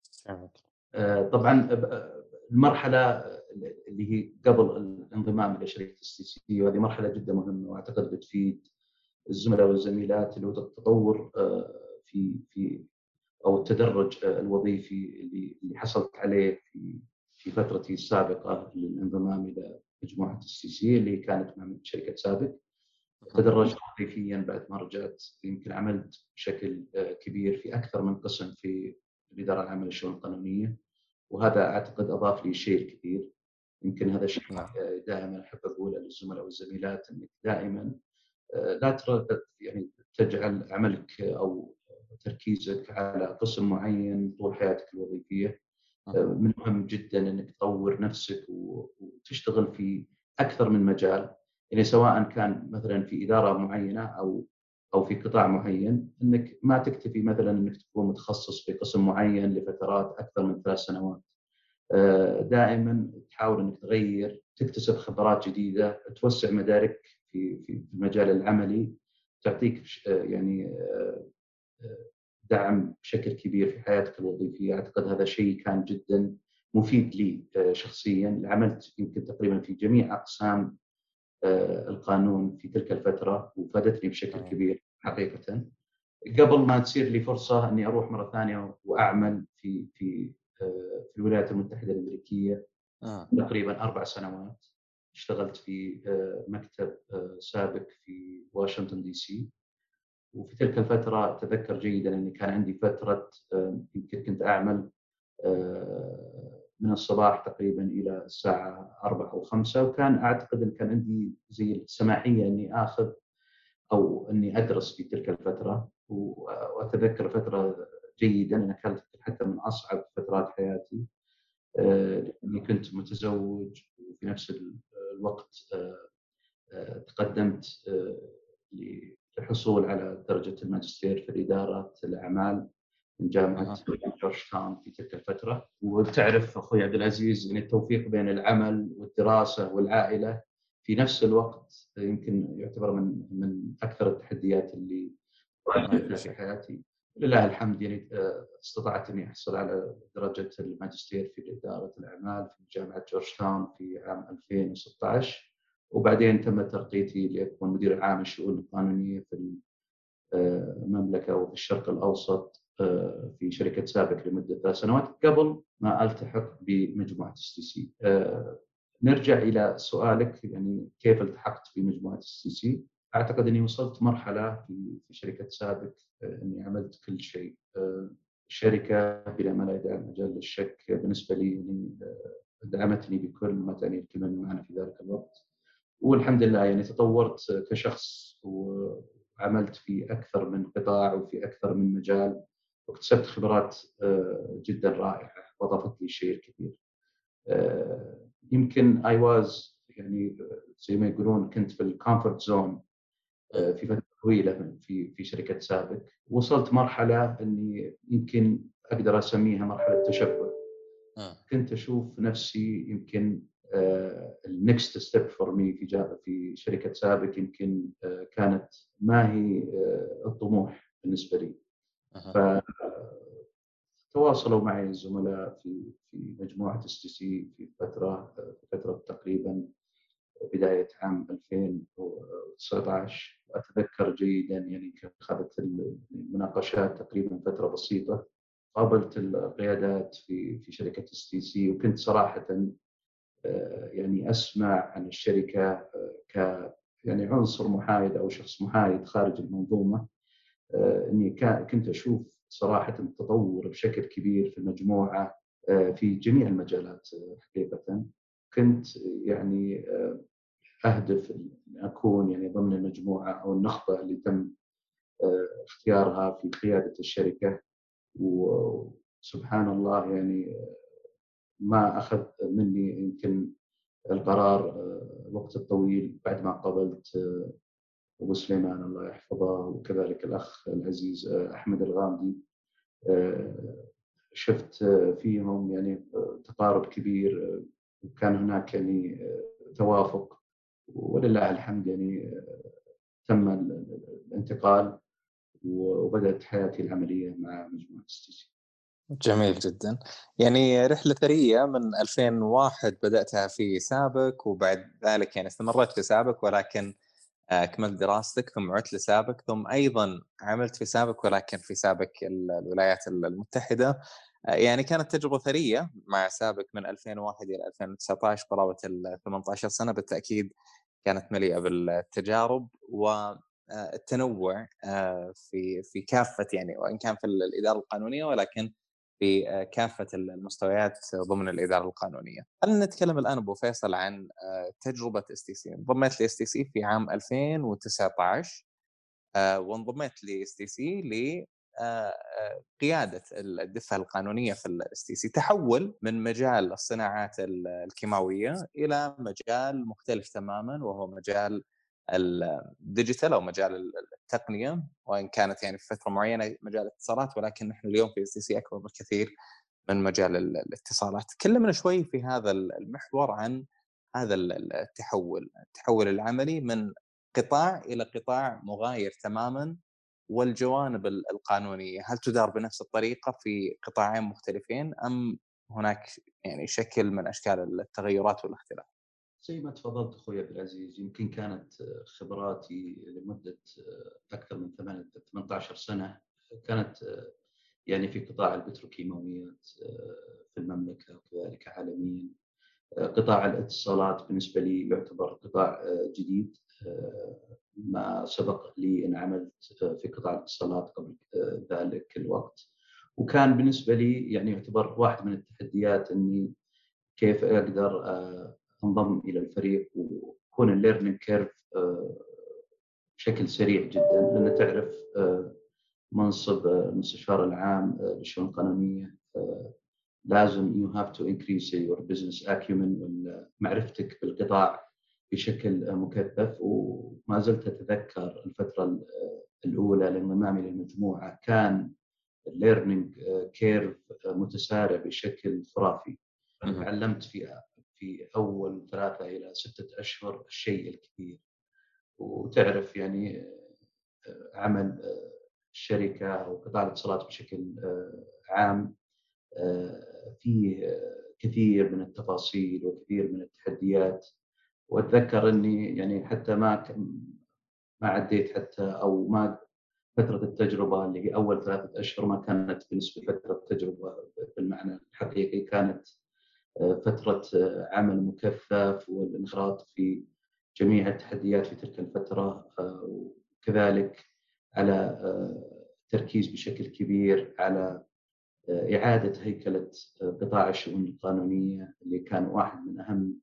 طبعا المرحلة اللي هي قبل الانضمام إلى شركة السي، وهذه مرحلة جدا مهمة، وأعتقد بتفيد الزملاء والزميلات اللي هو التطور في أو التدرج الوظيفي اللي حصلت عليه في فترتي السابقة للانضمام إلى مجموعة السي اللي كانت مع شركة سابق. تدرجت وظيفيا بعد ما رجعت، يمكن عملت بشكل كبير في أكثر من قسم في الإدارة العامة للشؤون القانونية، وهذا أعتقد أضاف لي شيء كثير. يمكن هذا الشيء دائما أحب أقوله للزملاء والزميلات، أنك دائما لا يعني تجعل عملك أو تركيزك على قسم معين طول حياتك الوظيفية. من المهم جدا أنك تطور نفسك وتشتغل في أكثر من مجال، يعني سواء كان مثلا في إدارة معينة أو في قطاع معين، أنك ما تكتفي مثلا أنك تكون متخصص في قسم معين لفترات أكثر من 3 سنوات. دائما تحاول أنك تغير، تكتسب خبرات جديدة، توسع مدارك في المجال العملي، تعطيك يعني دعم بشكل كبير في حياتك الوظيفية. أعتقد هذا شيء كان جدا مفيد لي شخصيا. عملت يمكن تقريبا في جميع أقسام القانون في تلك الفترة، وفادتني بشكل كبير حقيقة. قبل ما تصير لي فرصة أني أروح مرة ثانية وأعمل في الولايات المتحدة الأمريكية تقريبا 4 سنوات. اشتغلت في مكتب سابق في واشنطن دي سي، وفي تلك الفترة أتذكر جيدا أني كان عندي فترة يمكن كنت أعمل من الصباح تقريبا إلى الساعة 4 أو 5، وكان أعتقد أن كان عندي زي السماحية أني آخذ أو أني أدرس في تلك الفترة. وأتذكر فترة جيدا، أنا كانت حتى من أصعب فترات حياتي، لأني كنت متزوج، وفي نفس الوقت تقدمت للحصول على درجة الماجستير في إدارة الأعمال من جامعة جورج تاون في تلك الفترة. وتعرف أخوي عبد العزيز يعني التوفيق بين العمل والدراسة والعائلة في نفس الوقت يمكن يعتبر من أكثر التحديات اللي واجهتها في حياتي. لله الحمد يعني استطعت اني احصل على درجه الماجستير في اداره الاعمال في جامعه جورج تاون في عام 2016، وبعدين تم ترقيتي لاكون مدير عام الشؤون القانونيه في المملكه وفي الشرق الاوسط في شركه سابق لمده 3 سنوات قبل ما التحق بمجموعه السي. نرجع الى سؤالك، يعني كيف التحقت بمجموعه السي. اعتقد اني وصلت مرحله في شركه سابق اني عملت كل شيء. الشركه بلا ما لا يدع مجال للشك بالنسبه لي يعني دعمتني بكل ما تعني الكلمه المعنى في ذلك الوقت، والحمد لله يعني تطورت كشخص وعملت في اكثر من قطاع وفي اكثر من مجال، واكتسبت خبرات جدا رائعه واضافت لي شيء كثير. يمكن اي واز يعني زي ما يقولون كنت في الكومفورت زون في فتره طويله في شركه سابق. وصلت مرحله اني يمكن اقدر اسميها مرحله تشبع. كنت اشوف نفسي يمكن النكست ستيب فور مي في شركه سابق يمكن كانت ما هي الطموح بالنسبه لي. أها. فتواصلوا معي الزملاء في مجموعه اس تي سي في فتره تقريبا بدايه عام 2019. واتذكر جيدا يعني اخذت المناقشات تقريبا فتره بسيطه. قابلت القيادات في شركه اس تي سي، وكنت صراحه يعني اسمع عن الشركه ك يعني عنصر محايد او شخص محايد خارج المنظومه. اني كنت اشوف صراحه تطور بشكل كبير في المجموعه في جميع المجالات حقيقه. كنت يعني اهدف ان اكون يعني ضمن المجموعه او النخبه اللي تم اختيارها في قياده الشركه. وسبحان الله يعني ما اخذ مني يمكن القرار الوقت الطويل بعد ما قابلت ابو سليمان الله يحفظه، وكذلك الاخ العزيز احمد الغامدي. شفت فيهم يعني تقارب كبير، وكان هناك يعني توافق، ولله الحمد يعني تم الانتقال وبدأت حياتي العملية مع مجموعة ستيسي. جميل جدا. يعني رحلة ثرية من 2001 بدأتها في سابق، وبعد ذلك يعني استمرت في سابق، ولكن كملت دراستك ثم عدت لسابق، ثم أيضا عملت في سابق ولكن في سابق الولايات المتحدة. يعني كانت تجربة ثرية مع سابق من 2001 إلى 2019، قرابة 18 سنة بالتأكيد. كانت مليئة بالتجارب والتنوع في كافة، يعني وإن كان في الإدارة القانونية، ولكن في كافة المستويات ضمن الإدارة القانونية. خلينا نتكلم الآن أبو فيصل عن تجربة اس تي سي. انضميت لاس تي سي في عام 2019، وانضميت لاس تي سي لقيادة الدفة القانونية في الاس تي سي. تحول من مجال الصناعات الكيماوية إلى مجال مختلف تماما، وهو مجال الديجيتال أو مجال التقنية، وإن كانت يعني في فترة معينة مجال الاتصالات، ولكن نحن اليوم في اس تي سي أكبر بكثير من مجال الاتصالات. تكلمنا شوي في هذا المحور عن هذا التحول العملي من قطاع إلى قطاع مغاير تماما، والجوانب القانونية هل تدار بنفس الطريقة في قطاعين مختلفين، أم هناك يعني شكل من أشكال التغيرات والاختلاف؟ زي ما تفضلت أخوي عبد العزيز، يمكن كانت خبراتي لمدة أكثر من 18 سنة كانت يعني في قطاع البتروكيماويات في المملكة وكذلك عالميا. قطاع الاتصالات بالنسبة لي يعتبر قطاع جديد. ما سبق لي أن عملت في قطاع الاتصالات قبل ذلك الوقت، وكان بالنسبة لي يعني يعتبر واحد من التحديات أني كيف أقدر انضم الى الفريق ويكون الليرنينج كيرف بشكل سريع جدا. لان تعرف منصب المستشار العام للشؤون القانونيه لازم you have to increase your business acumen ومعرفتك بالقطاع بشكل مكثف. وما زلت اتذكر الفتره الاولى لانضمامي للمجموعه كان الليرنينج كيرف متسارع بشكل خرافي. تعلمت في اول 3 إلى 6 أشهر الشيء الكثير. وتعرف يعني عمل الشركه او قطاع الاتصالات بشكل عام فيه كثير من التفاصيل وكثير من التحديات. واتذكر اني يعني حتى ما عديت حتى او ما فتره التجربه اللي هي اول 3 أشهر ما كانت بالنسبه لي فتره تجربه بالمعنى الحقيقي. كانت فترة عمل مكثف والانخراط في جميع التحديات في تلك الفترة، وكذلك على التركيز بشكل كبير على إعادة هيكلة قطاع الشؤون القانونية اللي كان واحد من أهم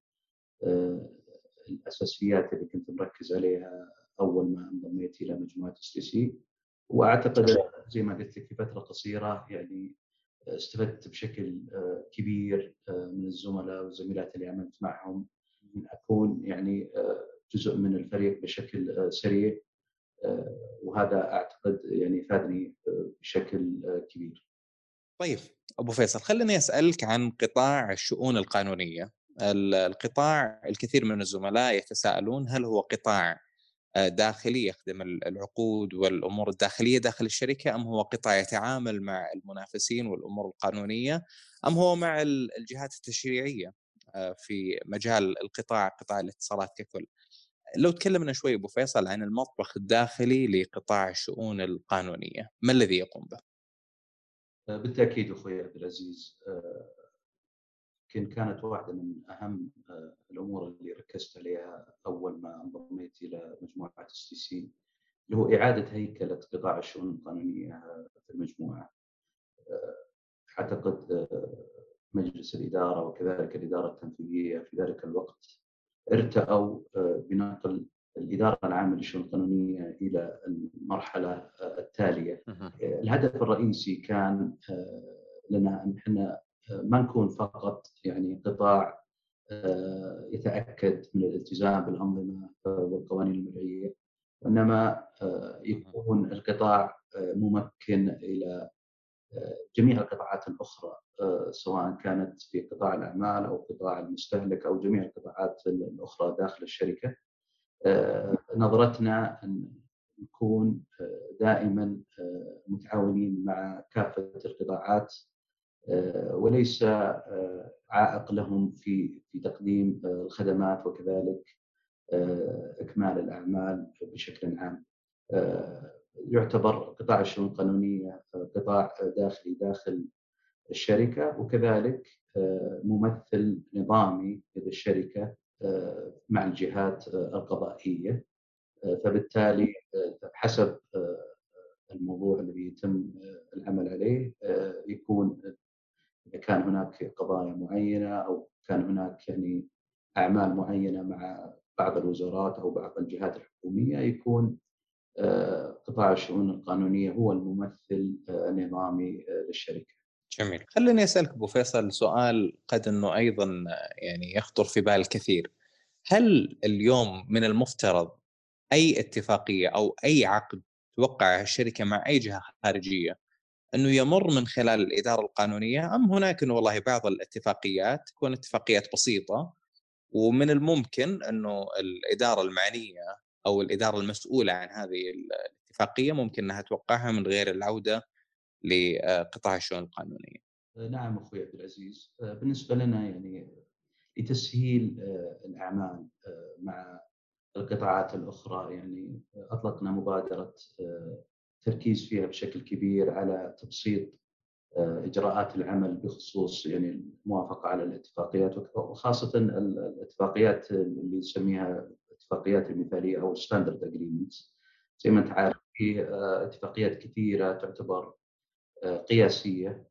الأساسيات اللي كنت مركز عليها أول ما انضميت إلى مجموعة اس تي سي. وأعتقد زي ما قلت لك في فترة قصيرة يعني استفدت بشكل كبير من الزملاء والزميلات اللي عملت معهم، من أكون يعني جزء من الفريق بشكل سريع. وهذا أعتقد يعني فادني بشكل كبير. طيب أبو فيصل، خليني أسألك عن قطاع الشؤون القانونية. القطاع الكثير من الزملاء يتساءلون هل هو قطاع داخلي يخدم العقود والأمور الداخلية داخل الشركة، أم هو قطاع يتعامل مع المنافسين والأمور القانونية، أم هو مع الجهات التشريعية في مجال قطاع الاتصالات ككل. لو تكلمنا شوي أبو فيصل عن المطبخ الداخلي لقطاع الشؤون القانونية، ما الذي يقوم به؟ بالتاكيد اخوي عبد العزيز، يمكن كانت واحده من اهم الامور اللي ركزت عليها اول ما انضميت الى مجموعه STC، اللي هو اعاده هيكله قطاع الشؤون القانونيه في المجموعه. اعتقد مجلس الاداره وكذلك الاداره التنفيذيه في ذلك الوقت ارتأوا بنقل الاداره العامه للشؤون القانونيه الى المرحله التاليه. الهدف الرئيسي كان لنا ان احنا ما نكون فقط يعني قطاع يتاكد من الالتزام بالانظمه والقوانين المرعيه، وانما يكون القطاع ممكن الى جميع القطاعات الاخرى، سواء كانت في قطاع الاعمال او قطاع المستهلك او جميع القطاعات الاخرى داخل الشركه. نظرتنا ان نكون دائما متعاونين مع كافه القطاعات، وليس عائق لهم في تقديم الخدمات وكذلك اكمال الاعمال بشكل عام. يعتبر قطاع الشؤون القانونيه قطاع داخلي داخل الشركه، وكذلك ممثل نظامي للشركه مع الجهات القضائيه. فبالتالي حسب الموضوع الذي يتم العمل عليه يكون إذا كان هناك قضايا معينة أو كان هناك يعني أعمال معينة مع بعض الوزارات أو بعض الجهات الحكومية، يكون قطاع الشؤون القانونية هو الممثل النظامي للشركة. جميل. خليني أسألك أبو فيصل سؤال قد أنه أيضا يعني يخطر في بال الكثير. هل اليوم من المفترض أي اتفاقية أو أي عقد توقع الشركة مع أي جهة خارجية أنه يمر من خلال الإدارة القانونية، أم هناك أنه والله بعض الاتفاقيات تكون اتفاقيات بسيطة ومن الممكن أنه الإدارة المعنية أو الإدارة المسؤولة عن هذه الاتفاقية ممكن أنها توقعها من غير العودة لقطاع الشؤون القانونية؟ نعم أخوي عبد العزيز، بالنسبة لنا يعني لتسهيل الأعمال مع القطاعات الأخرى، يعني أطلقنا مبادرة تركيز فيها بشكل كبير على تبسيط إجراءات العمل بخصوص يعني الموافقة على الاتفاقيات، وخاصة الاتفاقيات اللي نسميها الاتفاقيات المثالية أو ستاندرد أجريمنتس. زي ما أنت عارف في اتفاقيات كثيرة تعتبر قياسية،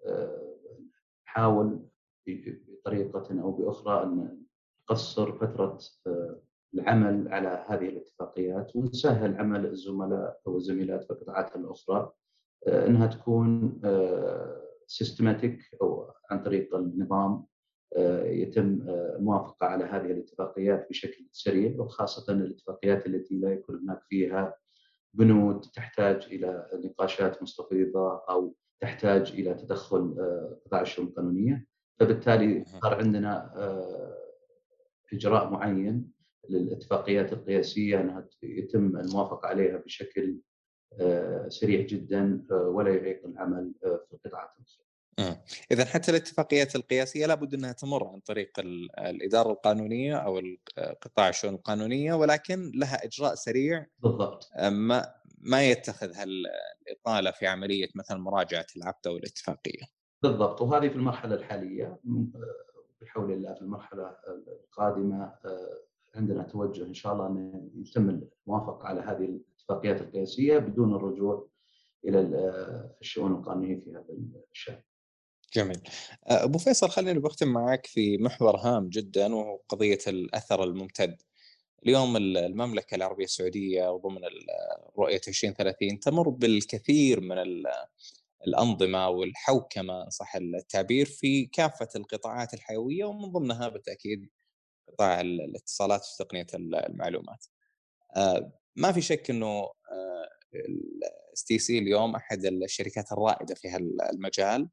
نحاول بطريقة أو بأخرى أن نقصر فترة العمل على هذه الاتفاقيات ونسهل عمل الزملاء والزميلات في القطاعات الأخرى، أنها تكون سيستماتيك أو عن طريق النظام، يتم الموافقة على هذه الاتفاقيات بشكل سريع، وخاصة الاتفاقيات التي لا يكون هناك فيها بنود تحتاج إلى نقاشات مستفيضة أو تحتاج إلى تدخل قطاع الشؤون القانونية. فبالتالي صار عندنا إجراء معين للاتفاقيات القياسية أنها يتم الموافقة عليها بشكل سريع جدا ولا يعيق العمل في القطاعات الأخرى. إذا حتى الاتفاقيات القياسية لابد أنها تمر عن طريق الإدارة القانونية أو قطاع الشؤون القانونية، ولكن لها إجراء سريع. بالضبط. ما يتخذ الإطالة في عملية مثلا مراجعة العقد أو الاتفاقية. بالضبط، وهذه في المرحلة الحالية. بحول الله في المرحلة القادمة عندنا توجه إن شاء الله أن يتم الموافقة على هذه الاتفاقيات القياسية بدون الرجوع إلى الشؤون القانونية في هذا الشأن. جميل. أبو فيصل، خليني بختم معك في محور هام جدا، وهو قضية الأثر الممتد. اليوم المملكة العربية السعودية وضمن رؤية 2030 تمر بالكثير من الأنظمة والحوكمة إن صح التعبير في كافة القطاعات الحيوية، ومن ضمنها بالتأكيد قطاع الاتصالات وتقنية المعلومات. ما في شك أنه STC اليوم أحد الشركات الرائدة في هالمجال،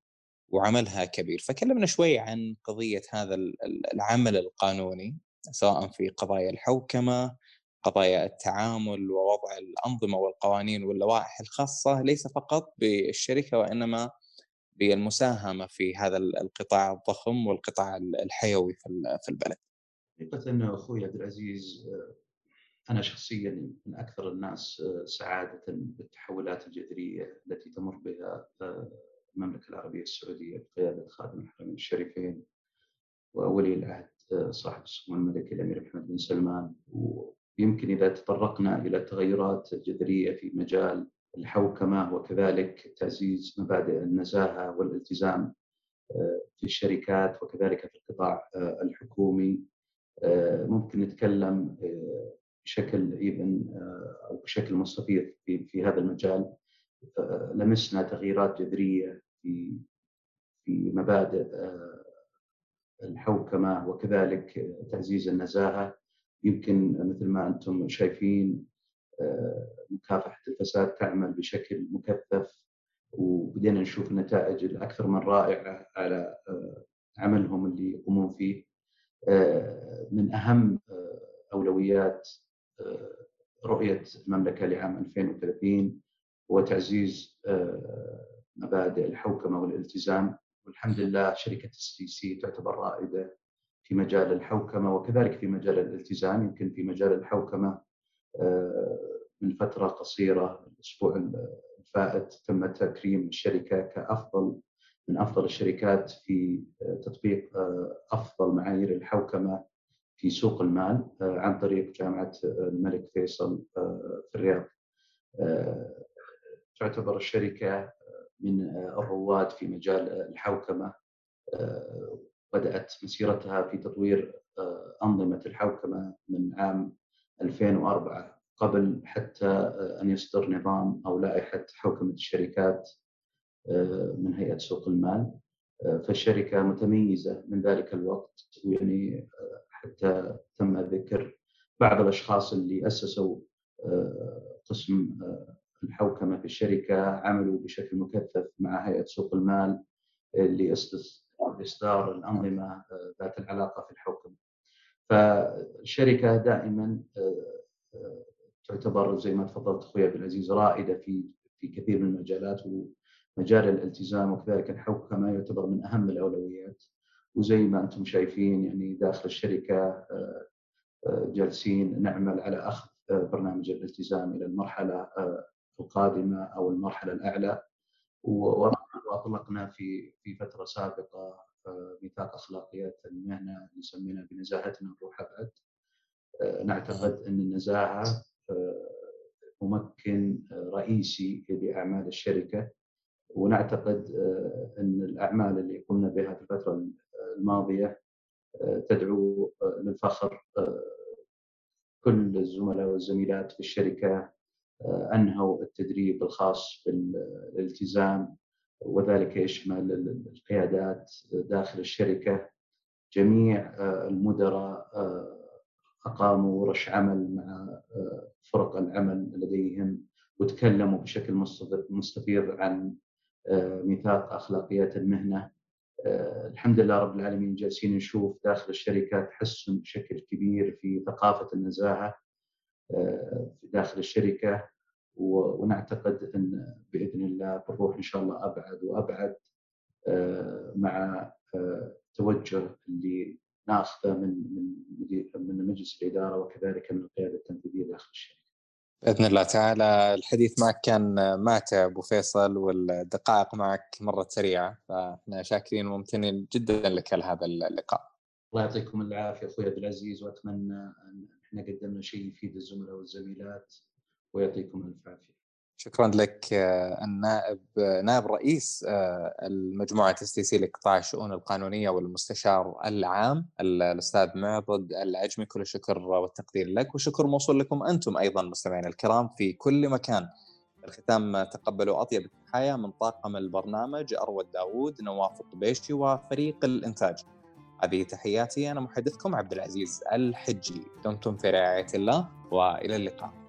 وعملها كبير. فكلمنا شوي عن قضية هذا العمل القانوني، سواء في قضايا الحوكمة، قضايا التعامل ووضع الأنظمة والقوانين واللوائح الخاصة ليس فقط بالشركة وإنما بالمساهمة في هذا القطاع الضخم والقطاع الحيوي في البلد. حقيقة أن أخوي عبد العزيز، أنا شخصياً من أكثر الناس سعادة بالتحولات الجذرية التي تمر بها المملكة العربية السعودية بقيادة خادم الحرمين الشريفين وولي العهد صاحب السمو الملكي الأمير محمد بن سلمان. ويمكن إذا تطرقنا إلى التغيرات الجذرية في مجال الحوكمة وكذلك تعزيز مبادئ النزاهة والالتزام في الشركات وكذلك في القطاع الحكومي، ممكن نتكلم بشكل أو بشكل مستفيض في هذا المجال. لمسنا تغييرات جذرية في مبادئ الحوكمة وكذلك تعزيز النزاهة. يمكن مثل ما أنتم شايفين مكافحة الفساد تعمل بشكل مكثف، وبدينا نشوف النتائج الأكثر من رائعة على عملهم اللي يقومون فيه. من أهم أولويات رؤية المملكة لعام 2030 هو تعزيز مبادئ الحوكمة والالتزام. والحمد لله شركة STC تعتبر رائدة في مجال الحوكمة وكذلك في مجال الالتزام. يمكن في مجال الحوكمة من فترة قصيرة الأسبوع الفائت تم تكريم الشركة من أفضل الشركات في تطبيق أفضل معايير الحوكمة في سوق المال عن طريق جامعة الملك فيصل في الرياض. تعتبر الشركة من الرواد في مجال الحوكمة، بدأت مسيرتها في تطوير أنظمة الحوكمة من عام 2004 قبل حتى أن يصدر نظام أو لائحة حوكمة الشركات من هيئة سوق المال. فالشركة متميزة من ذلك الوقت، ويعني حتى تم ذكر بعض الأشخاص اللي أسسوا قسم الحوكمة في الشركة عملوا بشكل مكثف مع هيئة سوق المال لإصدار الأنظمة ذات العلاقة في الحوكمة. فالشركة دائما تعتبر زي ما تفضلت أخوي عبد العزيز رائدة في كثير من المجالات، ومجال الالتزام وكذلك الحوكمة يعتبر من أهم الأولويات. وزي ما أنتم شايفين يعني داخل الشركة جالسين نعمل على أخذ برنامج الالتزام إلى المرحلة القادمة أو المرحلة الأعلى. وأطلقنا في فترة سابقة ميثاق أخلاقيات المهنة نسمينا بنزاهتنا نروح أبعد. نعتقد أن النزاهة ممكن رئيسي لأعمال الشركة، ونعتقد أن الأعمال اللي قمنا بها في الفترة الماضية تدعو للفخر. كل الزملاء والزميلات في الشركة أنهوا التدريب الخاص بالالتزام، وذلك يشمل القيادات داخل الشركة. جميع المدراء أقاموا ورش عمل مع فرق العمل لديهم وتكلموا بشكل مستفيض عن ميثاق أخلاقيات المهنة. الحمد لله رب العالمين جالسين نشوف داخل الشركة تحسن بشكل كبير في ثقافة النزاهة في داخل الشركة، ونعتقد أن بإذن الله بنروح إن شاء الله أبعد وأبعد مع التوجه اللي ناخذه من مجلس الإدارة وكذلك من القيادة التنفيذية داخل الشركة. بإذن الله تعالى. الحديث معك كان ماتع أبو فيصل، والدقائق معك مرت سريعة، فإحنا شاكرين وممتنين جدا لك على هذا اللقاء. الله يعطيكم العافية أخوي عبد العزيز، وأتمنى أن إحنا قدمنا شيء يفيد الزملاء والزميلات، ويعطيكم الف عافية. شكرا لك نائب رئيس المجموعة STC لقطاع الشؤون القانونية والمستشار العام الأستاذ معضد العجمي. كل الشكر والتقدير لك، وشكر موصول لكم أنتم أيضا مستمعين الكرام في كل مكان. في الختام تقبلوا أطيب التحايا من طاقم البرنامج أروى داود، نواف الطبيشي، وفريق الإنتاج. هذه تحياتي، أنا محدثكم عبد العزيز الحجي. دمتم في رعاية الله، وإلى اللقاء.